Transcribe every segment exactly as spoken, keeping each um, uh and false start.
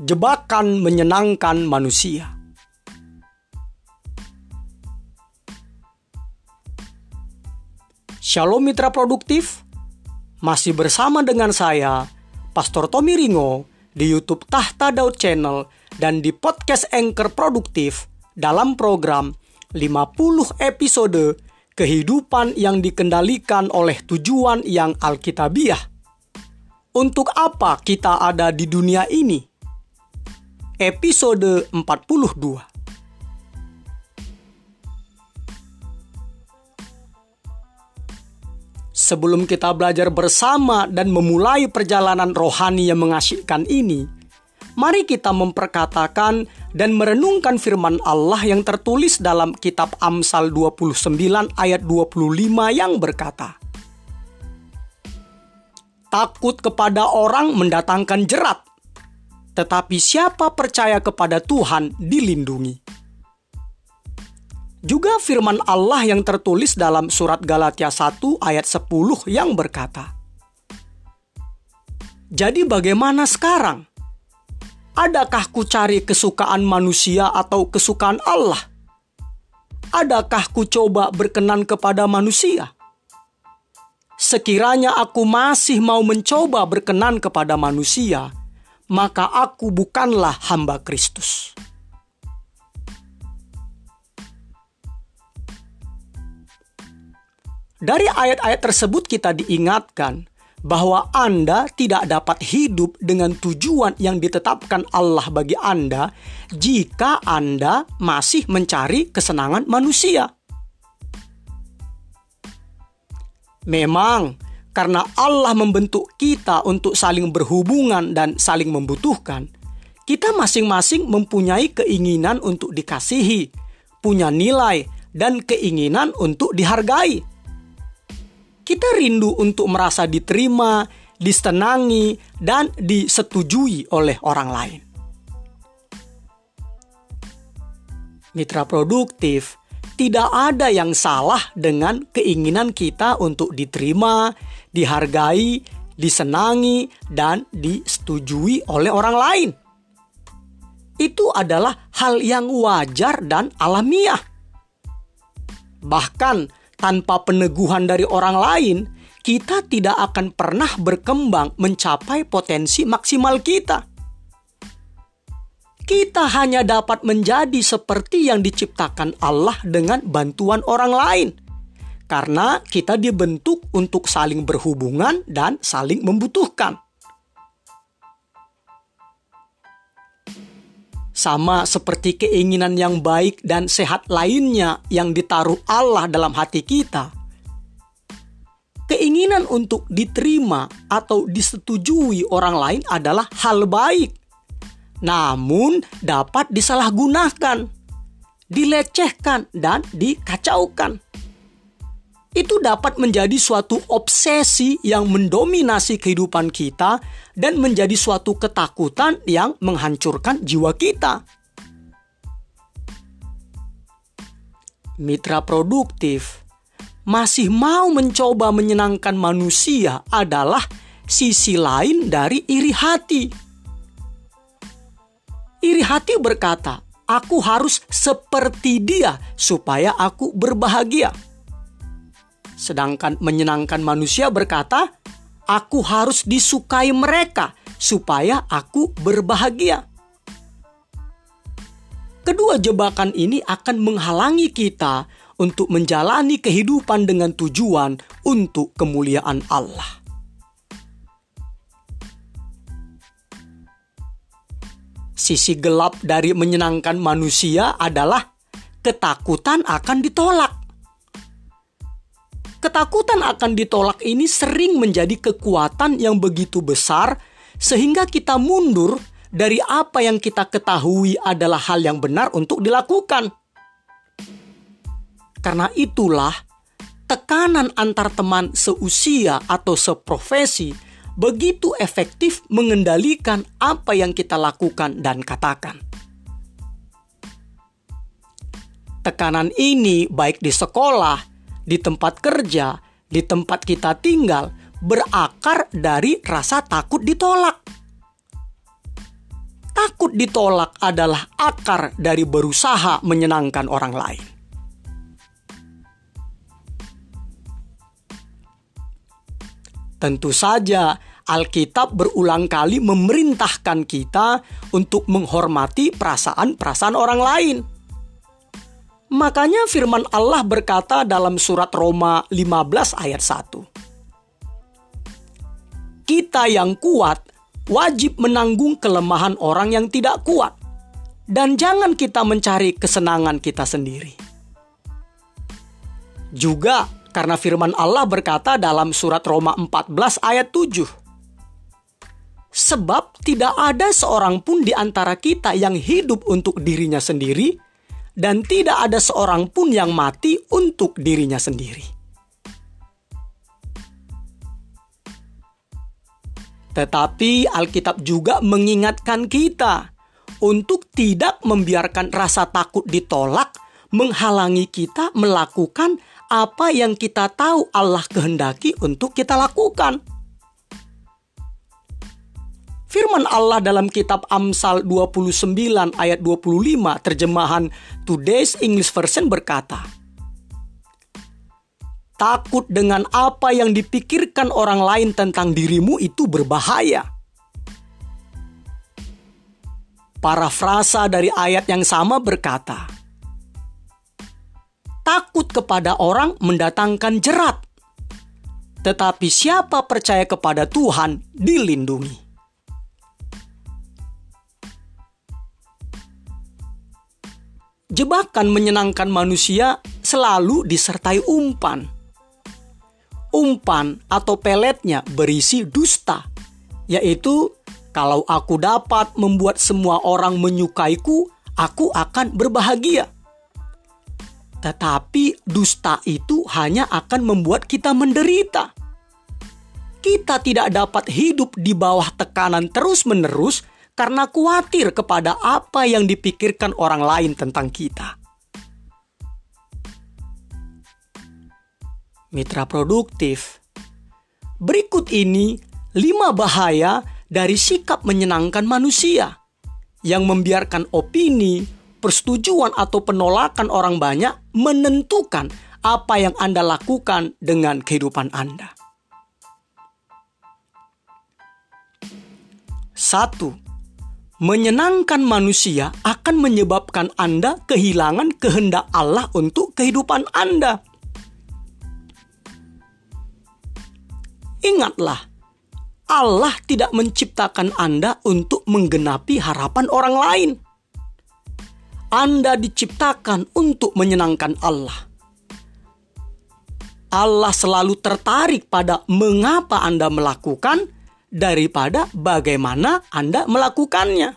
jebakan menyenangkan manusia. Shalom mitra produktif, masih bersama dengan saya, Pastor Tommy Ringo, di YouTube Tahta Daud Channel dan di podcast Anchor Produktif dalam program lima puluh episode kehidupan yang dikendalikan oleh tujuan yang alkitabiah. Untuk apa kita ada di dunia ini? Episode empat puluh dua. Sebelum kita belajar bersama dan memulai perjalanan rohani yang mengasyikkan ini, mari kita memperkatakan dan merenungkan firman Allah yang tertulis dalam kitab Amsal dua puluh sembilan ayat dua puluh lima yang berkata, "Takut kepada orang mendatangkan jerat, tetapi siapa percaya kepada Tuhan dilindungi." Juga firman Allah yang tertulis dalam surat Galatia satu ayat sepuluh yang berkata, "Jadi bagaimana sekarang? Adakah ku cari kesukaan manusia atau kesukaan Allah? Adakah ku coba berkenan kepada manusia? Sekiranya aku masih mau mencoba berkenan kepada manusia, maka aku bukanlah hamba Kristus." Dari ayat-ayat tersebut kita diingatkan bahwa Anda tidak dapat hidup dengan tujuan yang ditetapkan Allah bagi Anda jika Anda masih mencari kesenangan manusia. Memang, karena Allah membentuk kita untuk saling berhubungan dan saling membutuhkan, kita masing-masing mempunyai keinginan untuk dikasihi, punya nilai, dan keinginan untuk dihargai. Kita rindu untuk merasa diterima, disenangi, dan disetujui oleh orang lain. Mitra produktif, tidak ada yang salah dengan keinginan kita untuk diterima, dihargai, disenangi, dan disetujui oleh orang lain. Itu adalah hal yang wajar dan alamiah. Bahkan, tanpa peneguhan dari orang lain, kita tidak akan pernah berkembang mencapai potensi maksimal kita. Kita hanya dapat menjadi seperti yang diciptakan Allah dengan bantuan orang lain, karena kita dibentuk untuk saling berhubungan dan saling membutuhkan. Sama seperti keinginan yang baik dan sehat lainnya yang ditaruh Allah dalam hati kita. Keinginan untuk diterima atau disetujui orang lain adalah hal baik. Namun dapat disalahgunakan, dilecehkan, dan dikacaukan. Itu dapat menjadi suatu obsesi yang mendominasi kehidupan kita dan menjadi suatu ketakutan yang menghancurkan jiwa kita. Mitra produktif, masih mau mencoba menyenangkan manusia adalah sisi lain dari iri hati. Iri hati berkata, "Aku harus seperti dia supaya aku berbahagia." Sedangkan menyenangkan manusia berkata, "Aku harus disukai mereka supaya aku berbahagia." Kedua jebakan ini akan menghalangi kita untuk menjalani kehidupan dengan tujuan untuk kemuliaan Allah. Sisi gelap dari menyenangkan manusia adalah ketakutan akan ditolak. Ketakutan akan ditolak ini sering menjadi kekuatan yang begitu besar sehingga kita mundur dari apa yang kita ketahui adalah hal yang benar untuk dilakukan. Karena itulah, tekanan antar teman seusia atau seprofesi begitu efektif mengendalikan apa yang kita lakukan dan katakan. Tekanan ini baik di sekolah, di tempat kerja, di tempat kita tinggal, berakar dari rasa takut ditolak. Takut ditolak adalah akar dari berusaha menyenangkan orang lain. Tentu saja, Alkitab berulang kali memerintahkan kita untuk menghormati perasaan-perasaan orang lain. Makanya firman Allah berkata dalam surat Roma lima belas ayat satu. Kita yang kuat wajib menanggung kelemahan orang yang tidak kuat. Dan jangan kita mencari kesenangan kita sendiri. Juga karena firman Allah berkata dalam surat Roma empat belas ayat tujuh. Sebab tidak ada seorang pun di antara kita yang hidup untuk dirinya sendiri, dan tidak ada seorang pun yang mati untuk dirinya sendiri. Tetapi Alkitab juga mengingatkan kita untuk tidak membiarkan rasa takut ditolak menghalangi kita melakukan apa yang kita tahu Allah kehendaki untuk kita lakukan. Firman Allah dalam kitab Amsal dua puluh sembilan ayat dua puluh lima terjemahan Today's English Version berkata, takut dengan apa yang dipikirkan orang lain tentang dirimu itu berbahaya. Parafrasa dari ayat yang sama berkata, takut kepada orang mendatangkan jerat, tetapi siapa percaya kepada Tuhan dilindungi. Jebakan menyenangkan manusia selalu disertai umpan. Umpan atau peletnya berisi dusta, yaitu kalau aku dapat membuat semua orang menyukaiku, aku akan berbahagia. Tetapi dusta itu hanya akan membuat kita menderita. Kita tidak dapat hidup di bawah tekanan terus-menerus karena khawatir kepada apa yang dipikirkan orang lain tentang kita. Mitra produktif, berikut ini lima bahaya dari sikap menyenangkan manusia yang membiarkan opini, persetujuan atau penolakan orang banyak menentukan apa yang Anda lakukan dengan kehidupan Anda. Satu, menyenangkan manusia akan menyebabkan Anda kehilangan kehendak Allah untuk kehidupan Anda. Ingatlah, Allah tidak menciptakan Anda untuk menggenapi harapan orang lain. Anda diciptakan untuk menyenangkan Allah. Allah selalu tertarik pada mengapa Anda melakukan daripada bagaimana Anda melakukannya.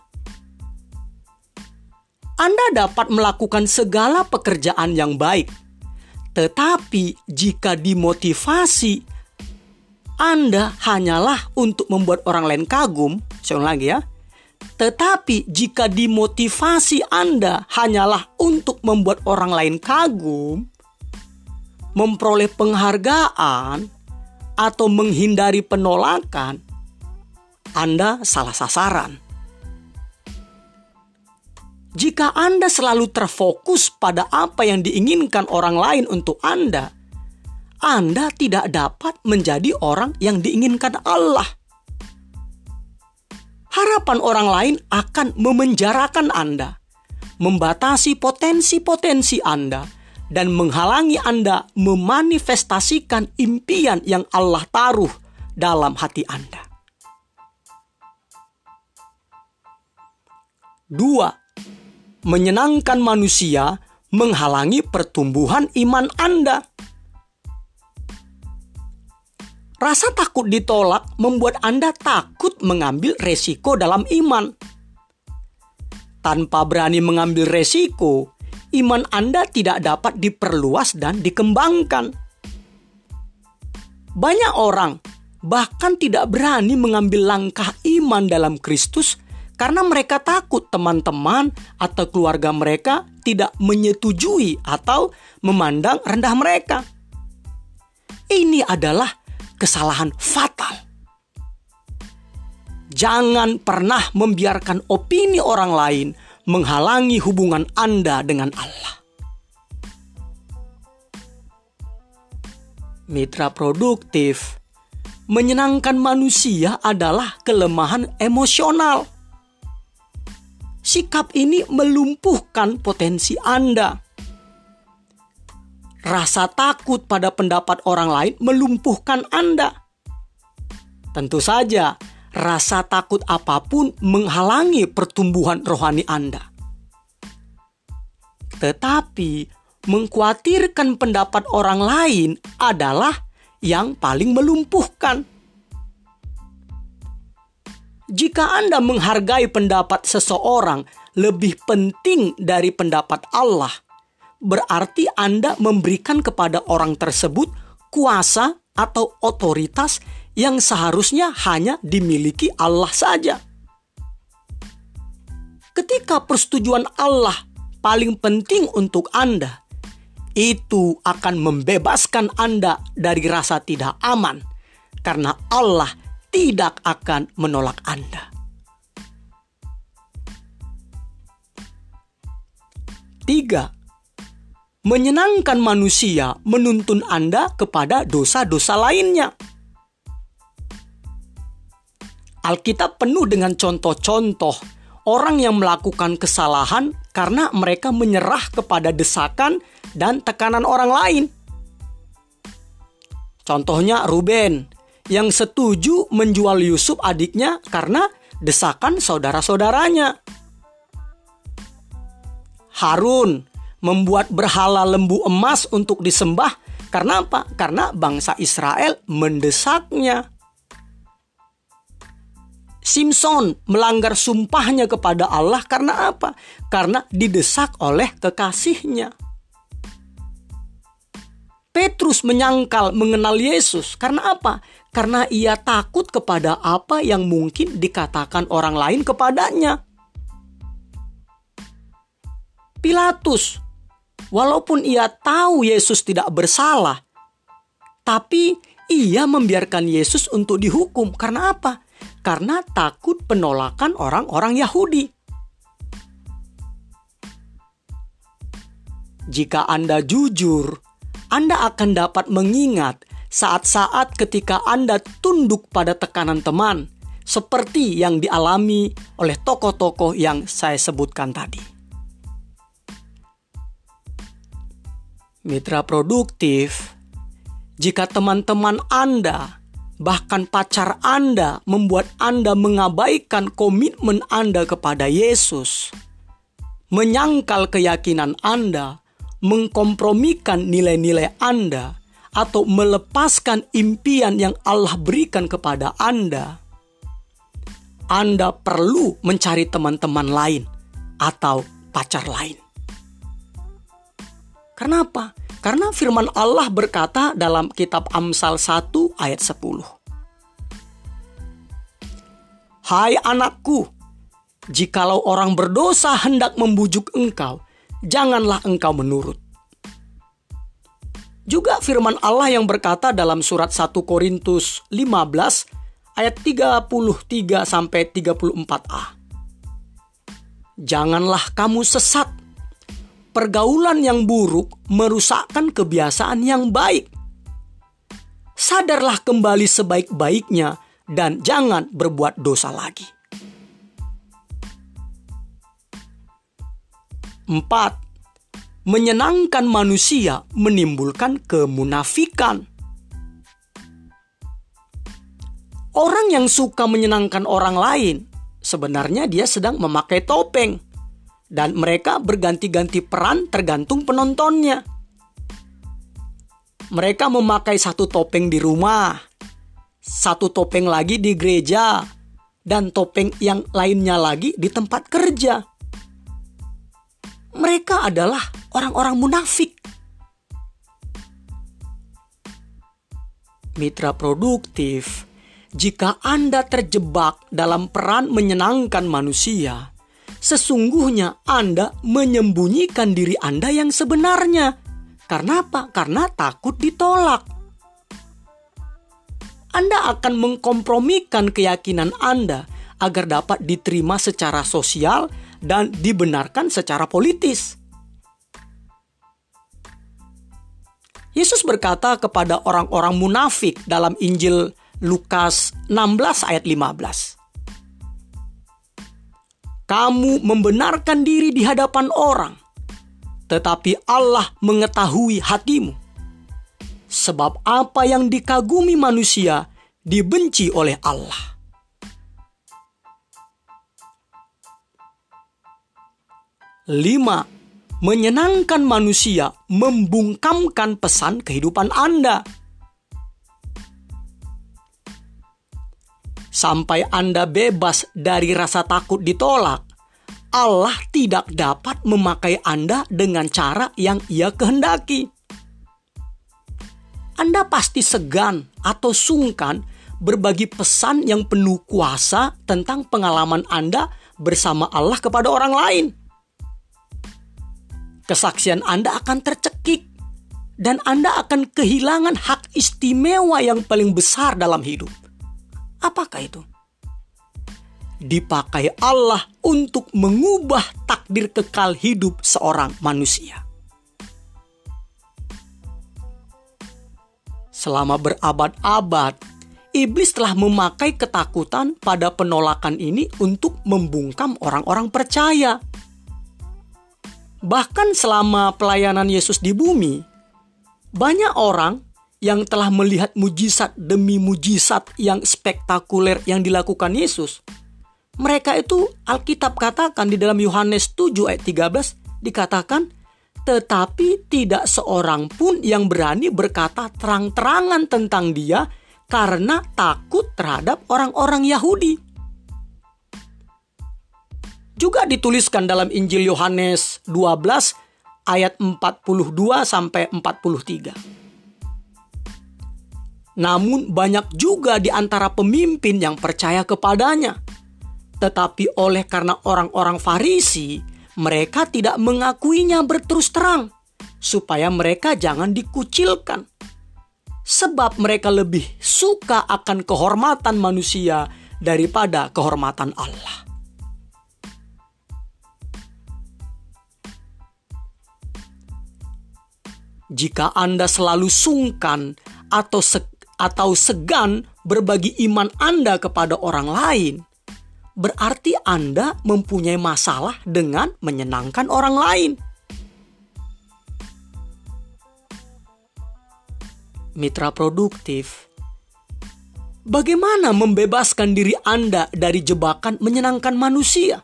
Anda dapat melakukan segala pekerjaan yang baik, tetapi jika dimotivasi Anda hanyalah untuk membuat orang lain kagum, saya ulang lagi ya. Tetapi jika dimotivasi Anda hanyalah untuk membuat orang lain kagum, memperoleh penghargaan, atau menghindari penolakan, Anda salah sasaran. Jika Anda selalu terfokus pada apa yang diinginkan orang lain untuk Anda, Anda tidak dapat menjadi orang yang diinginkan Allah. Harapan orang lain akan memenjarakan Anda, membatasi potensi-potensi Anda, dan menghalangi Anda memanifestasikan impian yang Allah taruh dalam hati Anda. Dua, menyenangkan manusia menghalangi pertumbuhan iman Anda. Rasa takut ditolak membuat Anda takut mengambil resiko dalam iman. Tanpa berani mengambil resiko, iman Anda tidak dapat diperluas dan dikembangkan. Banyak orang bahkan tidak berani mengambil langkah iman dalam Kristus karena mereka takut teman-teman atau keluarga mereka tidak menyetujui atau memandang rendah mereka. Ini adalah kesalahan fatal. Jangan pernah membiarkan opini orang lain menghalangi hubungan Anda dengan Allah. Mitra produktif, menyenangkan manusia adalah kelemahan emosional. Sikap ini melumpuhkan potensi Anda. Rasa takut pada pendapat orang lain melumpuhkan Anda. Tentu saja, rasa takut apapun menghalangi pertumbuhan rohani Anda. Tetapi mengkhawatirkan pendapat orang lain adalah yang paling melumpuhkan. Jika Anda menghargai pendapat seseorang lebih penting dari pendapat Allah, berarti Anda memberikan kepada orang tersebut kuasa atau otoritas yang seharusnya hanya dimiliki Allah saja. Ketika persetujuan Allah paling penting untuk Anda, itu akan membebaskan Anda dari rasa tidak aman, karena Allah tidak akan menolak Anda. Tiga, menyenangkan manusia menuntun Anda kepada dosa-dosa lainnya. Alkitab penuh dengan contoh-contoh orang yang melakukan kesalahan karena mereka menyerah kepada desakan dan tekanan orang lain. Contohnya Ruben yang setuju menjual Yusuf adiknya karena desakan saudara-saudaranya. Harun membuat berhala lembu emas untuk disembah karena apa? Karena bangsa Israel mendesaknya. Simson melanggar sumpahnya kepada Allah karena apa? Karena didesak oleh kekasihnya. Petrus menyangkal mengenal Yesus karena apa? Karena ia takut kepada apa yang mungkin dikatakan orang lain kepadanya. Pilatus, walaupun ia tahu Yesus tidak bersalah, tapi ia membiarkan Yesus untuk dihukum. Karena apa? Karena takut penolakan orang-orang Yahudi. Jika Anda jujur, Anda akan dapat mengingat saat-saat ketika Anda tunduk pada tekanan teman, seperti yang dialami oleh tokoh-tokoh yang saya sebutkan tadi. Mitra produktif, jika teman-teman Anda, bahkan pacar Anda membuat Anda mengabaikan komitmen Anda kepada Yesus, menyangkal keyakinan Anda, mengkompromikan nilai-nilai Anda, atau melepaskan impian yang Allah berikan kepada Anda, Anda perlu mencari teman-teman lain atau pacar lain. Kenapa? Karena firman Allah berkata dalam kitab Amsal satu ayat sepuluh. Hai anakku, jikalau orang berdosa hendak membujuk engkau, janganlah engkau menurut. Juga firman Allah yang berkata dalam surat satu Korintus lima belas ayat tiga puluh tiga sampai tiga puluh empat a. Janganlah kamu sesat. Pergaulan yang buruk merusakkan kebiasaan yang baik. Sadarlah kembali sebaik-baiknya dan jangan berbuat dosa lagi. Empat, menyenangkan manusia menimbulkan kemunafikan. Orang yang suka menyenangkan orang lain, sebenarnya dia sedang memakai topeng. Dan mereka berganti-ganti peran tergantung penontonnya. Mereka memakai satu topeng di rumah, satu topeng lagi di gereja, dan topeng yang lainnya lagi di tempat kerja. Mereka adalah orang-orang munafik. Mitra produktif, jika Anda terjebak dalam peran menyenangkan manusia, sesungguhnya Anda menyembunyikan diri Anda yang sebenarnya. Karena apa? Karena takut ditolak. Anda akan mengkompromikan keyakinan Anda agar dapat diterima secara sosial dan dibenarkan secara politis. Yesus berkata kepada orang-orang munafik dalam Injil Lukas enam belas ayat lima belas. Kamu membenarkan diri di hadapan orang, tetapi Allah mengetahui hatimu. Sebab apa yang dikagumi manusia dibenci oleh Allah. Lima, menyenangkan manusia membungkamkan pesan kehidupan Anda. Sampai Anda bebas dari rasa takut ditolak, Allah tidak dapat memakai Anda dengan cara yang Ia kehendaki. Anda pasti segan atau sungkan berbagi pesan yang penuh kuasa tentang pengalaman Anda bersama Allah kepada orang lain. Kesaksian Anda akan tercekik dan Anda akan kehilangan hak istimewa yang paling besar dalam hidup. Apakah itu? Dipakai Allah untuk mengubah takdir kekal hidup seorang manusia. Selama berabad-abad, iblis telah memakai ketakutan pada penolakan ini untuk membungkam orang-orang percaya. Bahkan selama pelayanan Yesus di bumi, banyak orang yang telah melihat mujizat demi mujizat yang spektakuler yang dilakukan Yesus. Mereka itu Alkitab katakan di dalam Yohanes tujuh ayat tiga belas dikatakan, tetapi tidak seorang pun yang berani berkata terang-terangan tentang dia karena takut terhadap orang-orang Yahudi. Juga dituliskan dalam Injil Yohanes dua belas ayat empat puluh dua sampai empat puluh tiga. Namun banyak juga di antara pemimpin yang percaya kepadanya. Tetapi oleh karena orang-orang Farisi, mereka tidak mengakuinya berterus terang, supaya mereka jangan dikucilkan. Sebab mereka lebih suka akan kehormatan manusia daripada kehormatan Allah. Jika Anda selalu sungkan atau se- atau segan berbagi iman Anda kepada orang lain, berarti Anda mempunyai masalah dengan menyenangkan orang lain. Mitra produktif, bagaimana membebaskan diri Anda dari jebakan menyenangkan manusia?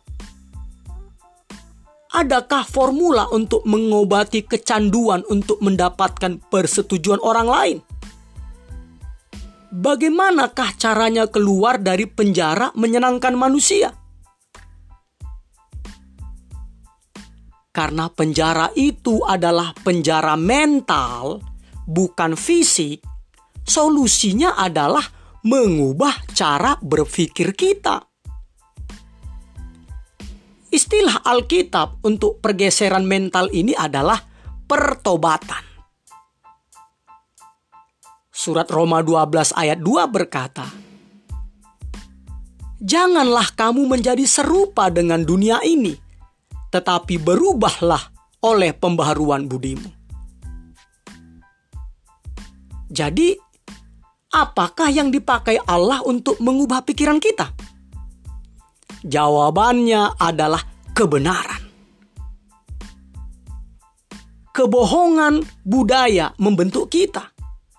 Adakah formula untuk mengobati kecanduan untuk mendapatkan persetujuan orang lain? Bagaimanakah caranya keluar dari penjara menyenangkan manusia? Karena penjara itu adalah penjara mental, bukan fisik, solusinya adalah mengubah cara berpikir kita. Istilah Alkitab untuk pergeseran mental ini adalah pertobatan. Surat Roma dua belas ayat dua berkata, janganlah kamu menjadi serupa dengan dunia ini, tetapi berubahlah oleh pembaharuan budimu. Jadi, apakah yang dipakai Allah untuk mengubah pikiran kita? Jawabannya adalah kebenaran. Kebohongan budaya membentuk kita.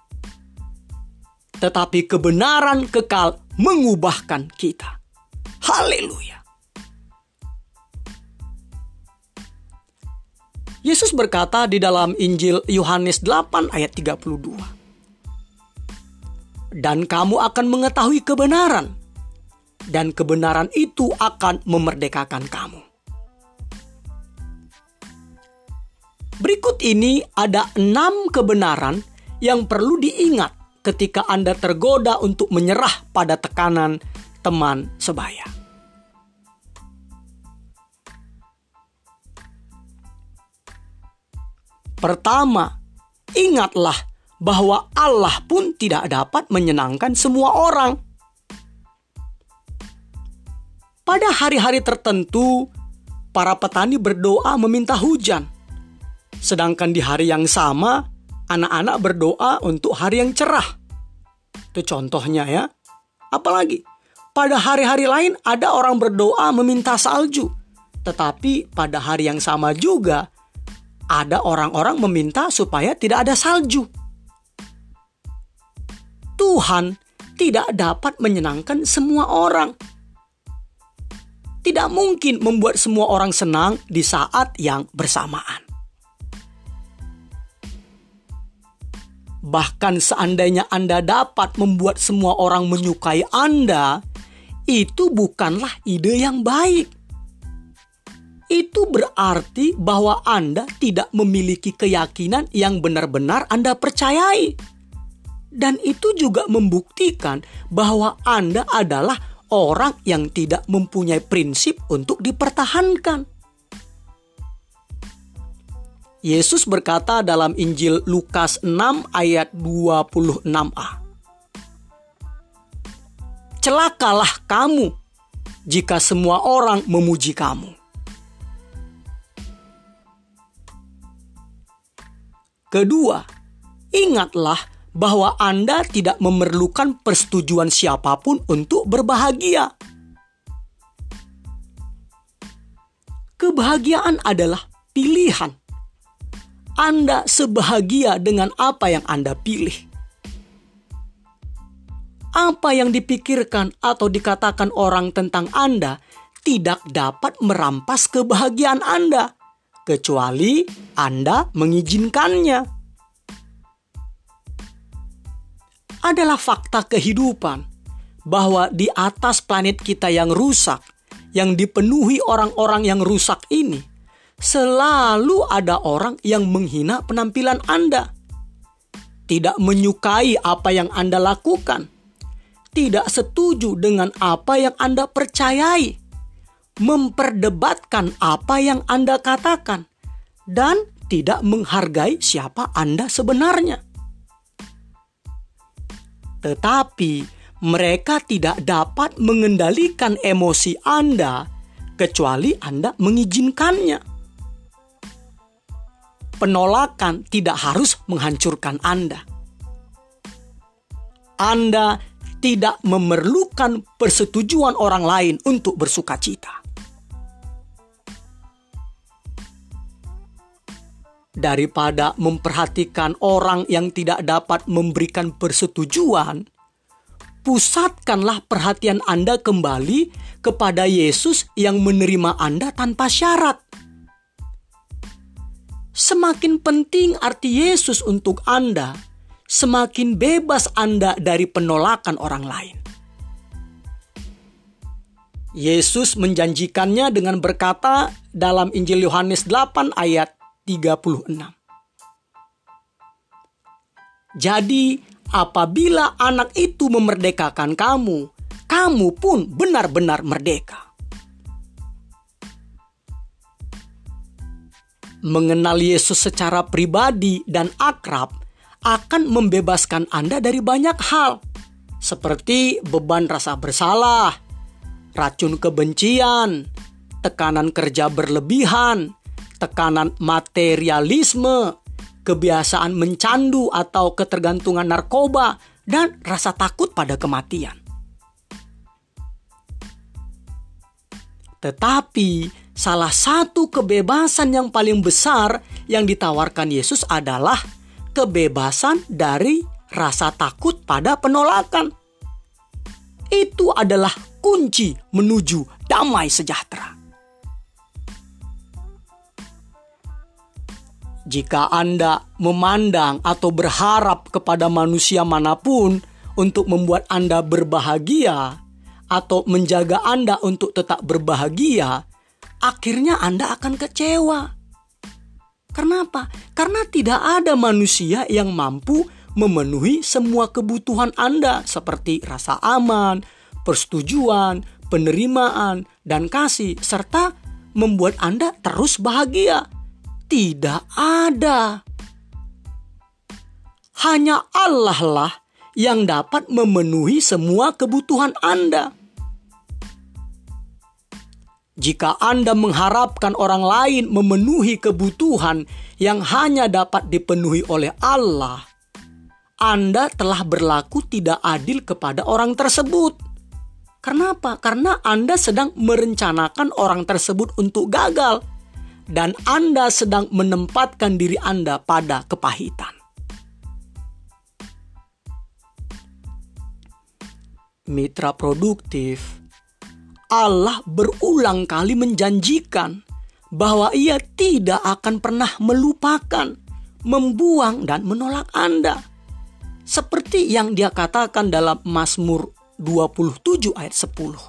Tetapi kebenaran kekal mengubahkan kita. Haleluya. Yesus berkata di dalam Injil Yohanes delapan ayat tiga puluh dua. Dan kamu akan mengetahui kebenaran, dan kebenaran itu akan memerdekakan kamu. Berikut ini ada enam kebenaran yang perlu diingat ketika Anda tergoda untuk menyerah pada tekanan teman sebaya. Pertama, ingatlah bahwa Allah pun tidak dapat menyenangkan semua orang. Pada hari-hari tertentu, para petani berdoa meminta hujan. Sedangkan di hari yang sama, anak-anak berdoa untuk hari yang cerah. Itu contohnya ya. Apalagi, pada hari-hari lain ada orang berdoa meminta salju. Tetapi pada hari yang sama juga, ada orang-orang meminta supaya tidak ada salju. Tuhan tidak dapat menyenangkan semua orang. Tidak mungkin membuat semua orang senang di saat yang bersamaan. Bahkan seandainya Anda dapat membuat semua orang menyukai Anda, itu bukanlah ide yang baik. Itu berarti bahwa Anda tidak memiliki keyakinan yang benar-benar Anda percayai. Dan itu juga membuktikan bahwa Anda adalah orang yang tidak mempunyai prinsip untuk dipertahankan. Yesus berkata dalam Injil Lukas enam ayat dua puluh enam a. Celakalah kamu jika semua orang memuji kamu. Kedua, ingatlah bahwa Anda tidak memerlukan persetujuan siapapun untuk berbahagia. Kebahagiaan adalah pilihan. Anda sebahagia dengan apa yang Anda pilih. Apa yang dipikirkan atau dikatakan orang tentang Anda tidak dapat merampas kebahagiaan Anda, kecuali Anda mengizinkannya. Adalah fakta kehidupan bahwa di atas planet kita yang rusak, yang dipenuhi orang-orang yang rusak ini, selalu ada orang yang menghina penampilan Anda, tidak menyukai apa yang Anda lakukan, tidak setuju dengan apa yang Anda percayai, memperdebatkan apa yang Anda katakan, dan tidak menghargai siapa Anda sebenarnya. Tetapi mereka tidak dapat mengendalikan emosi Anda kecuali Anda mengizinkannya. Penolakan tidak harus menghancurkan Anda. Anda tidak memerlukan persetujuan orang lain untuk bersukacita. Daripada memperhatikan orang yang tidak dapat memberikan persetujuan, pusatkanlah perhatian Anda kembali kepada Yesus yang menerima Anda tanpa syarat. Semakin penting arti Yesus untuk Anda, semakin bebas Anda dari penolakan orang lain. Yesus menjanjikannya dengan berkata dalam Injil Yohanes delapan ayat tiga puluh enam. Jadi, apabila anak itu memerdekakan kamu, kamu pun benar-benar merdeka. Mengenal Yesus secara pribadi dan akrab akan membebaskan Anda dari banyak hal, seperti beban rasa bersalah, racun kebencian, tekanan kerja berlebihan, tekanan materialisme, kebiasaan mencandu atau ketergantungan narkoba, dan rasa takut pada kematian. Tetapi salah satu kebebasan yang paling besar yang ditawarkan Yesus adalah kebebasan dari rasa takut pada penolakan. Itu adalah kunci menuju damai sejahtera. Jika Anda memandang atau berharap kepada manusia manapun untuk membuat Anda berbahagia atau menjaga Anda untuk tetap berbahagia, akhirnya Anda akan kecewa. Kenapa? Karena tidak ada manusia yang mampu memenuhi semua kebutuhan Anda seperti rasa aman, persetujuan, penerimaan, dan kasih, serta membuat Anda terus bahagia. Tidak ada. Hanya Allah lah yang dapat memenuhi semua kebutuhan Anda. Jika Anda mengharapkan orang lain memenuhi kebutuhan yang hanya dapat dipenuhi oleh Allah, Anda telah berlaku tidak adil kepada orang tersebut. Kenapa? Karena Anda sedang merencanakan orang tersebut untuk gagal, dan Anda sedang menempatkan diri Anda pada kepahitan. Mitra produktif, Allah berulang kali menjanjikan bahwa Ia tidak akan pernah melupakan, membuang, dan menolak Anda. Seperti yang Dia katakan dalam Mazmur dua puluh tujuh ayat sepuluh.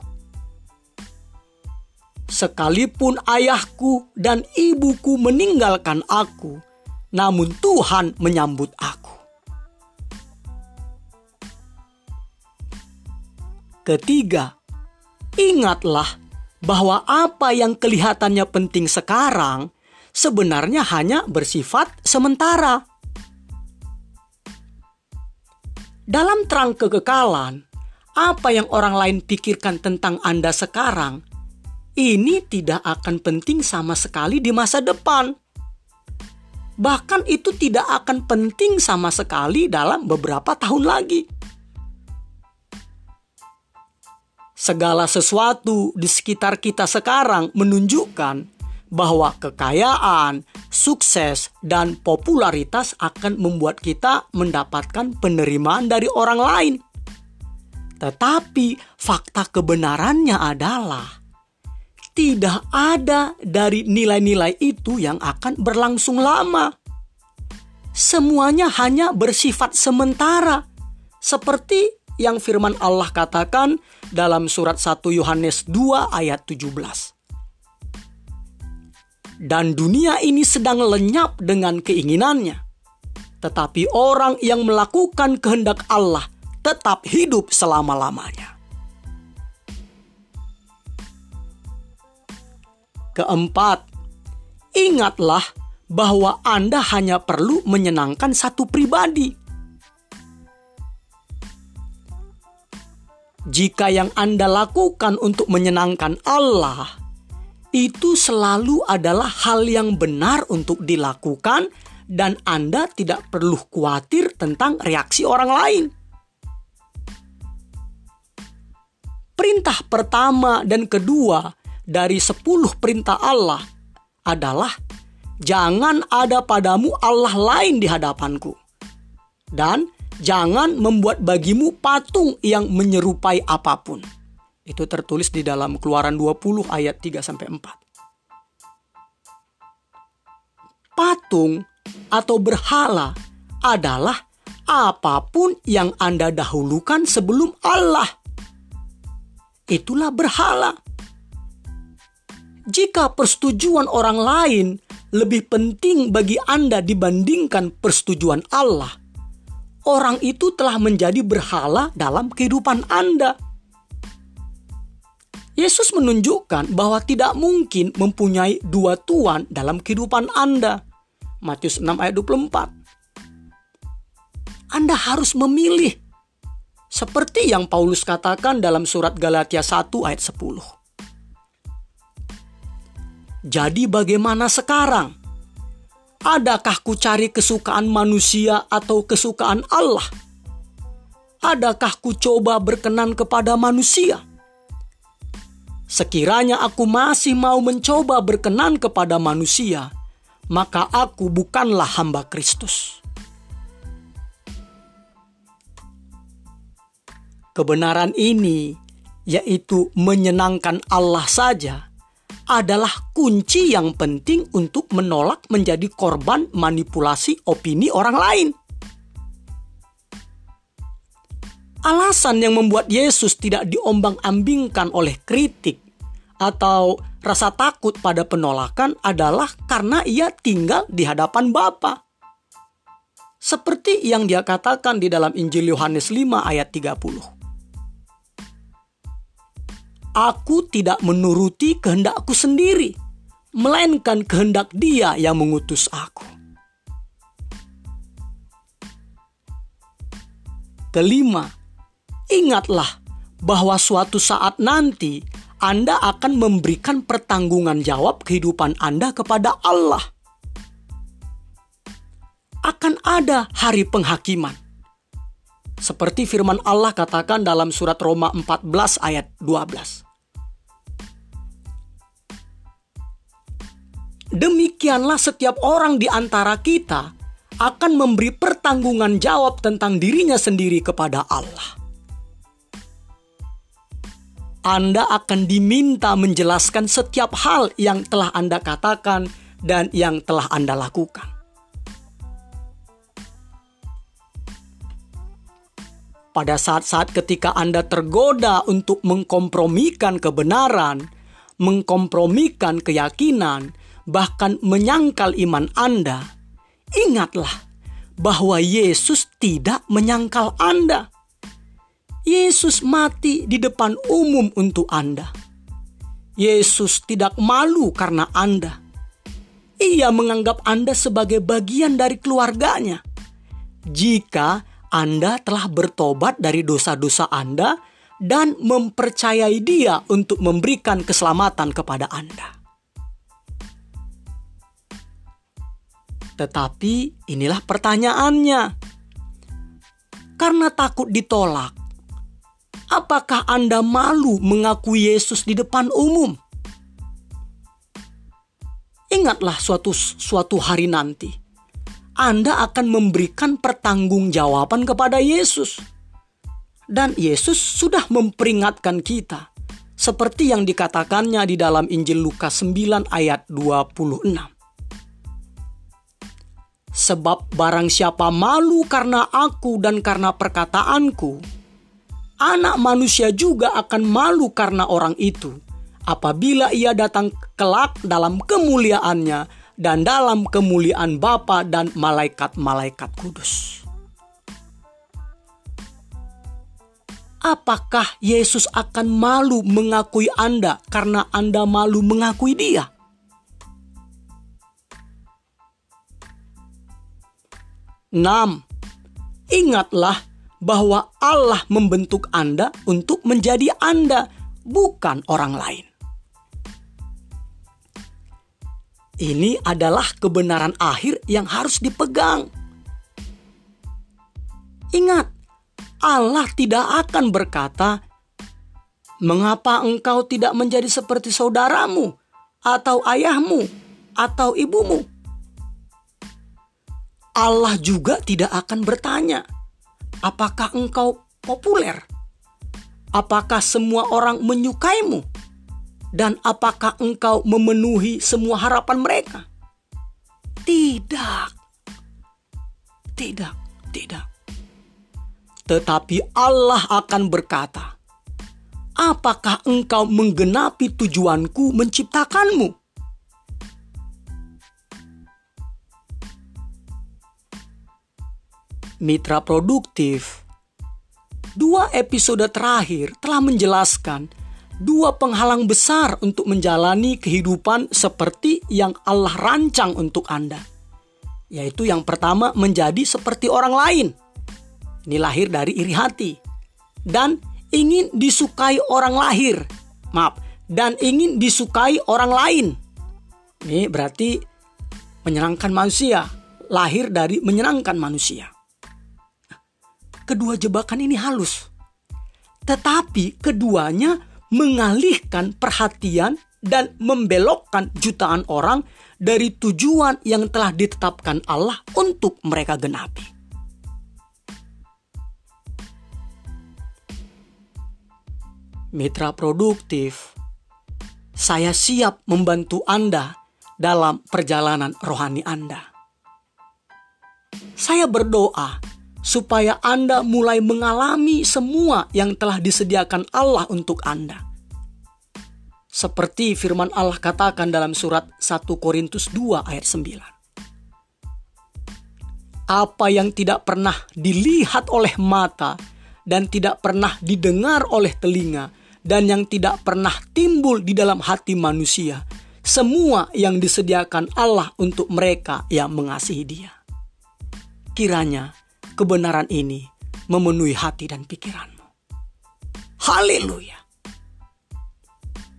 Sekalipun ayahku dan ibuku meninggalkan aku, namun Tuhan menyambut aku. Ketiga, ingatlah bahwa apa yang kelihatannya penting sekarang sebenarnya hanya bersifat sementara. Dalam terang kekekalan, apa yang orang lain pikirkan tentang Anda sekarang, ini tidak akan penting sama sekali di masa depan. Bahkan itu tidak akan penting sama sekali dalam beberapa tahun lagi. Segala sesuatu di sekitar kita sekarang menunjukkan bahwa kekayaan, sukses, dan popularitas akan membuat kita mendapatkan penerimaan dari orang lain. Tetapi fakta kebenarannya adalah tidak ada dari nilai-nilai itu yang akan berlangsung lama. Semuanya hanya bersifat sementara, seperti yang firman Allah katakan dalam surat satu Yohanes dua ayat tujuh belas. Dan dunia ini sedang lenyap dengan keinginannya, tetapi orang yang melakukan kehendak Allah tetap hidup selama-lamanya. Keempat, ingatlah bahwa Anda hanya perlu menyenangkan satu pribadi. Jika yang Anda lakukan untuk menyenangkan Allah, itu selalu adalah hal yang benar untuk dilakukan dan Anda tidak perlu khawatir tentang reaksi orang lain. Perintah pertama dan kedua dari sepuluh perintah Allah adalah jangan ada padamu Allah lain di hadapanku. Dan jangan membuat bagimu patung yang menyerupai apapun. Itu tertulis di dalam Keluaran dua puluh ayat tiga sampai empat. Patung atau berhala adalah apapun yang Anda dahulukan sebelum Allah. Itulah berhala. Jika persetujuan orang lain lebih penting bagi Anda dibandingkan persetujuan Allah, orang itu telah menjadi berhala dalam kehidupan Anda. Yesus menunjukkan bahwa tidak mungkin mempunyai dua tuan dalam kehidupan Anda. Matius enam ayat dua puluh empat. Anda harus memilih. Seperti yang Paulus katakan dalam surat Galatia satu ayat sepuluh. Jadi bagaimana sekarang? Adakah ku cari kesukaan manusia atau kesukaan Allah? Adakah ku coba berkenan kepada manusia? Sekiranya aku masih mau mencoba berkenan kepada manusia, maka aku bukanlah hamba Kristus. Kebenaran ini, yaitu menyenangkan Allah saja, adalah kunci yang penting untuk menolak menjadi korban manipulasi opini orang lain. Alasan yang membuat Yesus tidak diombang-ambingkan oleh kritik atau rasa takut pada penolakan adalah karena ia tinggal di hadapan Bapa. Seperti yang dia katakan di dalam Injil Yohanes lima ayat tiga puluh. Aku tidak menuruti kehendakku sendiri, melainkan kehendak Dia yang mengutus aku. Kelima, ingatlah bahwa suatu saat nanti Anda akan memberikan pertanggungan jawab kehidupan Anda kepada Allah. Akan ada hari penghakiman. Seperti firman Allah katakan dalam surat Roma empat belas ayat dua belas. Demikianlah setiap orang di antara kita akan memberi pertanggungan jawab tentang dirinya sendiri kepada Allah. Anda akan diminta menjelaskan setiap hal yang telah Anda katakan dan yang telah Anda lakukan. Pada saat-saat ketika Anda tergoda untuk mengkompromikan kebenaran, mengkompromikan keyakinan, bahkan menyangkal iman Anda, ingatlah bahwa Yesus tidak menyangkal Anda. Yesus mati di depan umum untuk Anda. Yesus tidak malu karena Anda. Ia menganggap Anda sebagai bagian dari keluarganya. Jika Anda telah bertobat dari dosa-dosa Anda dan mempercayai Dia untuk memberikan keselamatan kepada Anda. Tetapi inilah pertanyaannya. Karena takut ditolak, apakah Anda malu mengakui Yesus di depan umum? Ingatlah suatu suatu hari nanti, Anda akan memberikan pertanggungjawaban kepada Yesus. Dan Yesus sudah memperingatkan kita, seperti yang dikatakannya di dalam Injil Lukas sembilan ayat dua puluh enam. Sebab barang siapa malu karena aku dan karena perkataanku, Anak manusia juga akan malu karena orang itu, apabila ia datang kelak dalam kemuliaannya dan dalam kemuliaan Bapa dan malaikat-malaikat kudus. Apakah Yesus akan malu mengakui Anda karena Anda malu mengakui Dia? Enam. Ingatlah bahwa Allah membentuk Anda untuk menjadi Anda, bukan orang lain. Ini adalah kebenaran akhir yang harus dipegang. Ingat, Allah tidak akan berkata, "Mengapa engkau tidak menjadi seperti saudaramu, atau ayahmu, atau ibumu?" Allah juga tidak akan bertanya, "Apakah engkau populer? Apakah semua orang menyukaimu? Dan apakah engkau memenuhi semua harapan mereka?" Tidak. Tidak, tidak. Tetapi Allah akan berkata, "Apakah engkau menggenapi tujuanku menciptakanmu?" Mitra produktif, dua episode terakhir telah menjelaskan dua penghalang besar untuk menjalani kehidupan seperti yang Allah rancang untuk Anda. Yaitu yang pertama, menjadi seperti orang lain. Ini lahir dari iri hati. Dan ingin disukai orang lahir. Maaf, dan ingin disukai orang lain. Ini berarti menyenangkan manusia. Lahir dari menyenangkan manusia. Kedua jebakan ini halus. Tetapi keduanya mengalihkan perhatian dan membelokkan jutaan orang dari tujuan yang telah ditetapkan Allah untuk mereka genapi. Mitra produktif, saya siap membantu Anda dalam perjalanan rohani Anda. Saya berdoa supaya Anda mulai mengalami semua yang telah disediakan Allah untuk Anda. Seperti firman Allah katakan dalam surat satu Korintus dua ayat sembilan. Apa yang tidak pernah dilihat oleh mata dan tidak pernah didengar oleh telinga dan yang tidak pernah timbul di dalam hati manusia, semua yang disediakan Allah untuk mereka yang mengasihi Dia. Kiranya kebenaran ini memenuhi hati dan pikiranmu. Haleluya.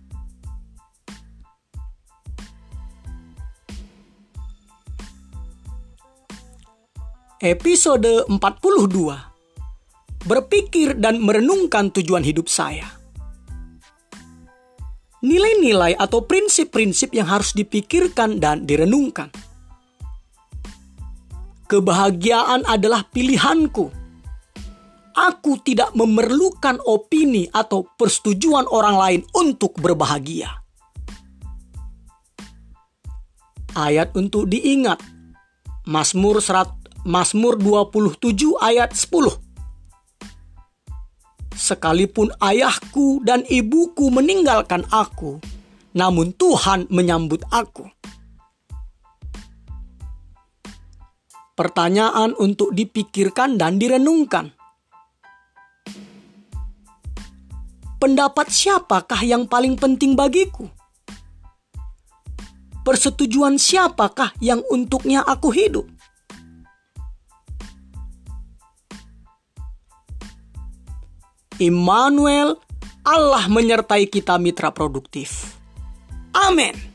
Episode empat puluh dua. Berpikir dan merenungkan tujuan hidup saya. Nilai-nilai atau prinsip-prinsip yang harus dipikirkan dan direnungkan. Kebahagiaan adalah pilihanku. Aku tidak memerlukan opini atau persetujuan orang lain untuk berbahagia. Ayat untuk diingat. Mazmur serat Mazmur dua puluh tujuh ayat sepuluh. Sekalipun ayahku dan ibuku meninggalkan aku, namun Tuhan menyambut aku. Pertanyaan untuk dipikirkan dan direnungkan. Pendapat siapakah yang paling penting bagiku? Persetujuan siapakah yang untuknya aku hidup? Immanuel, Allah menyertai kita mitra produktif. Amin.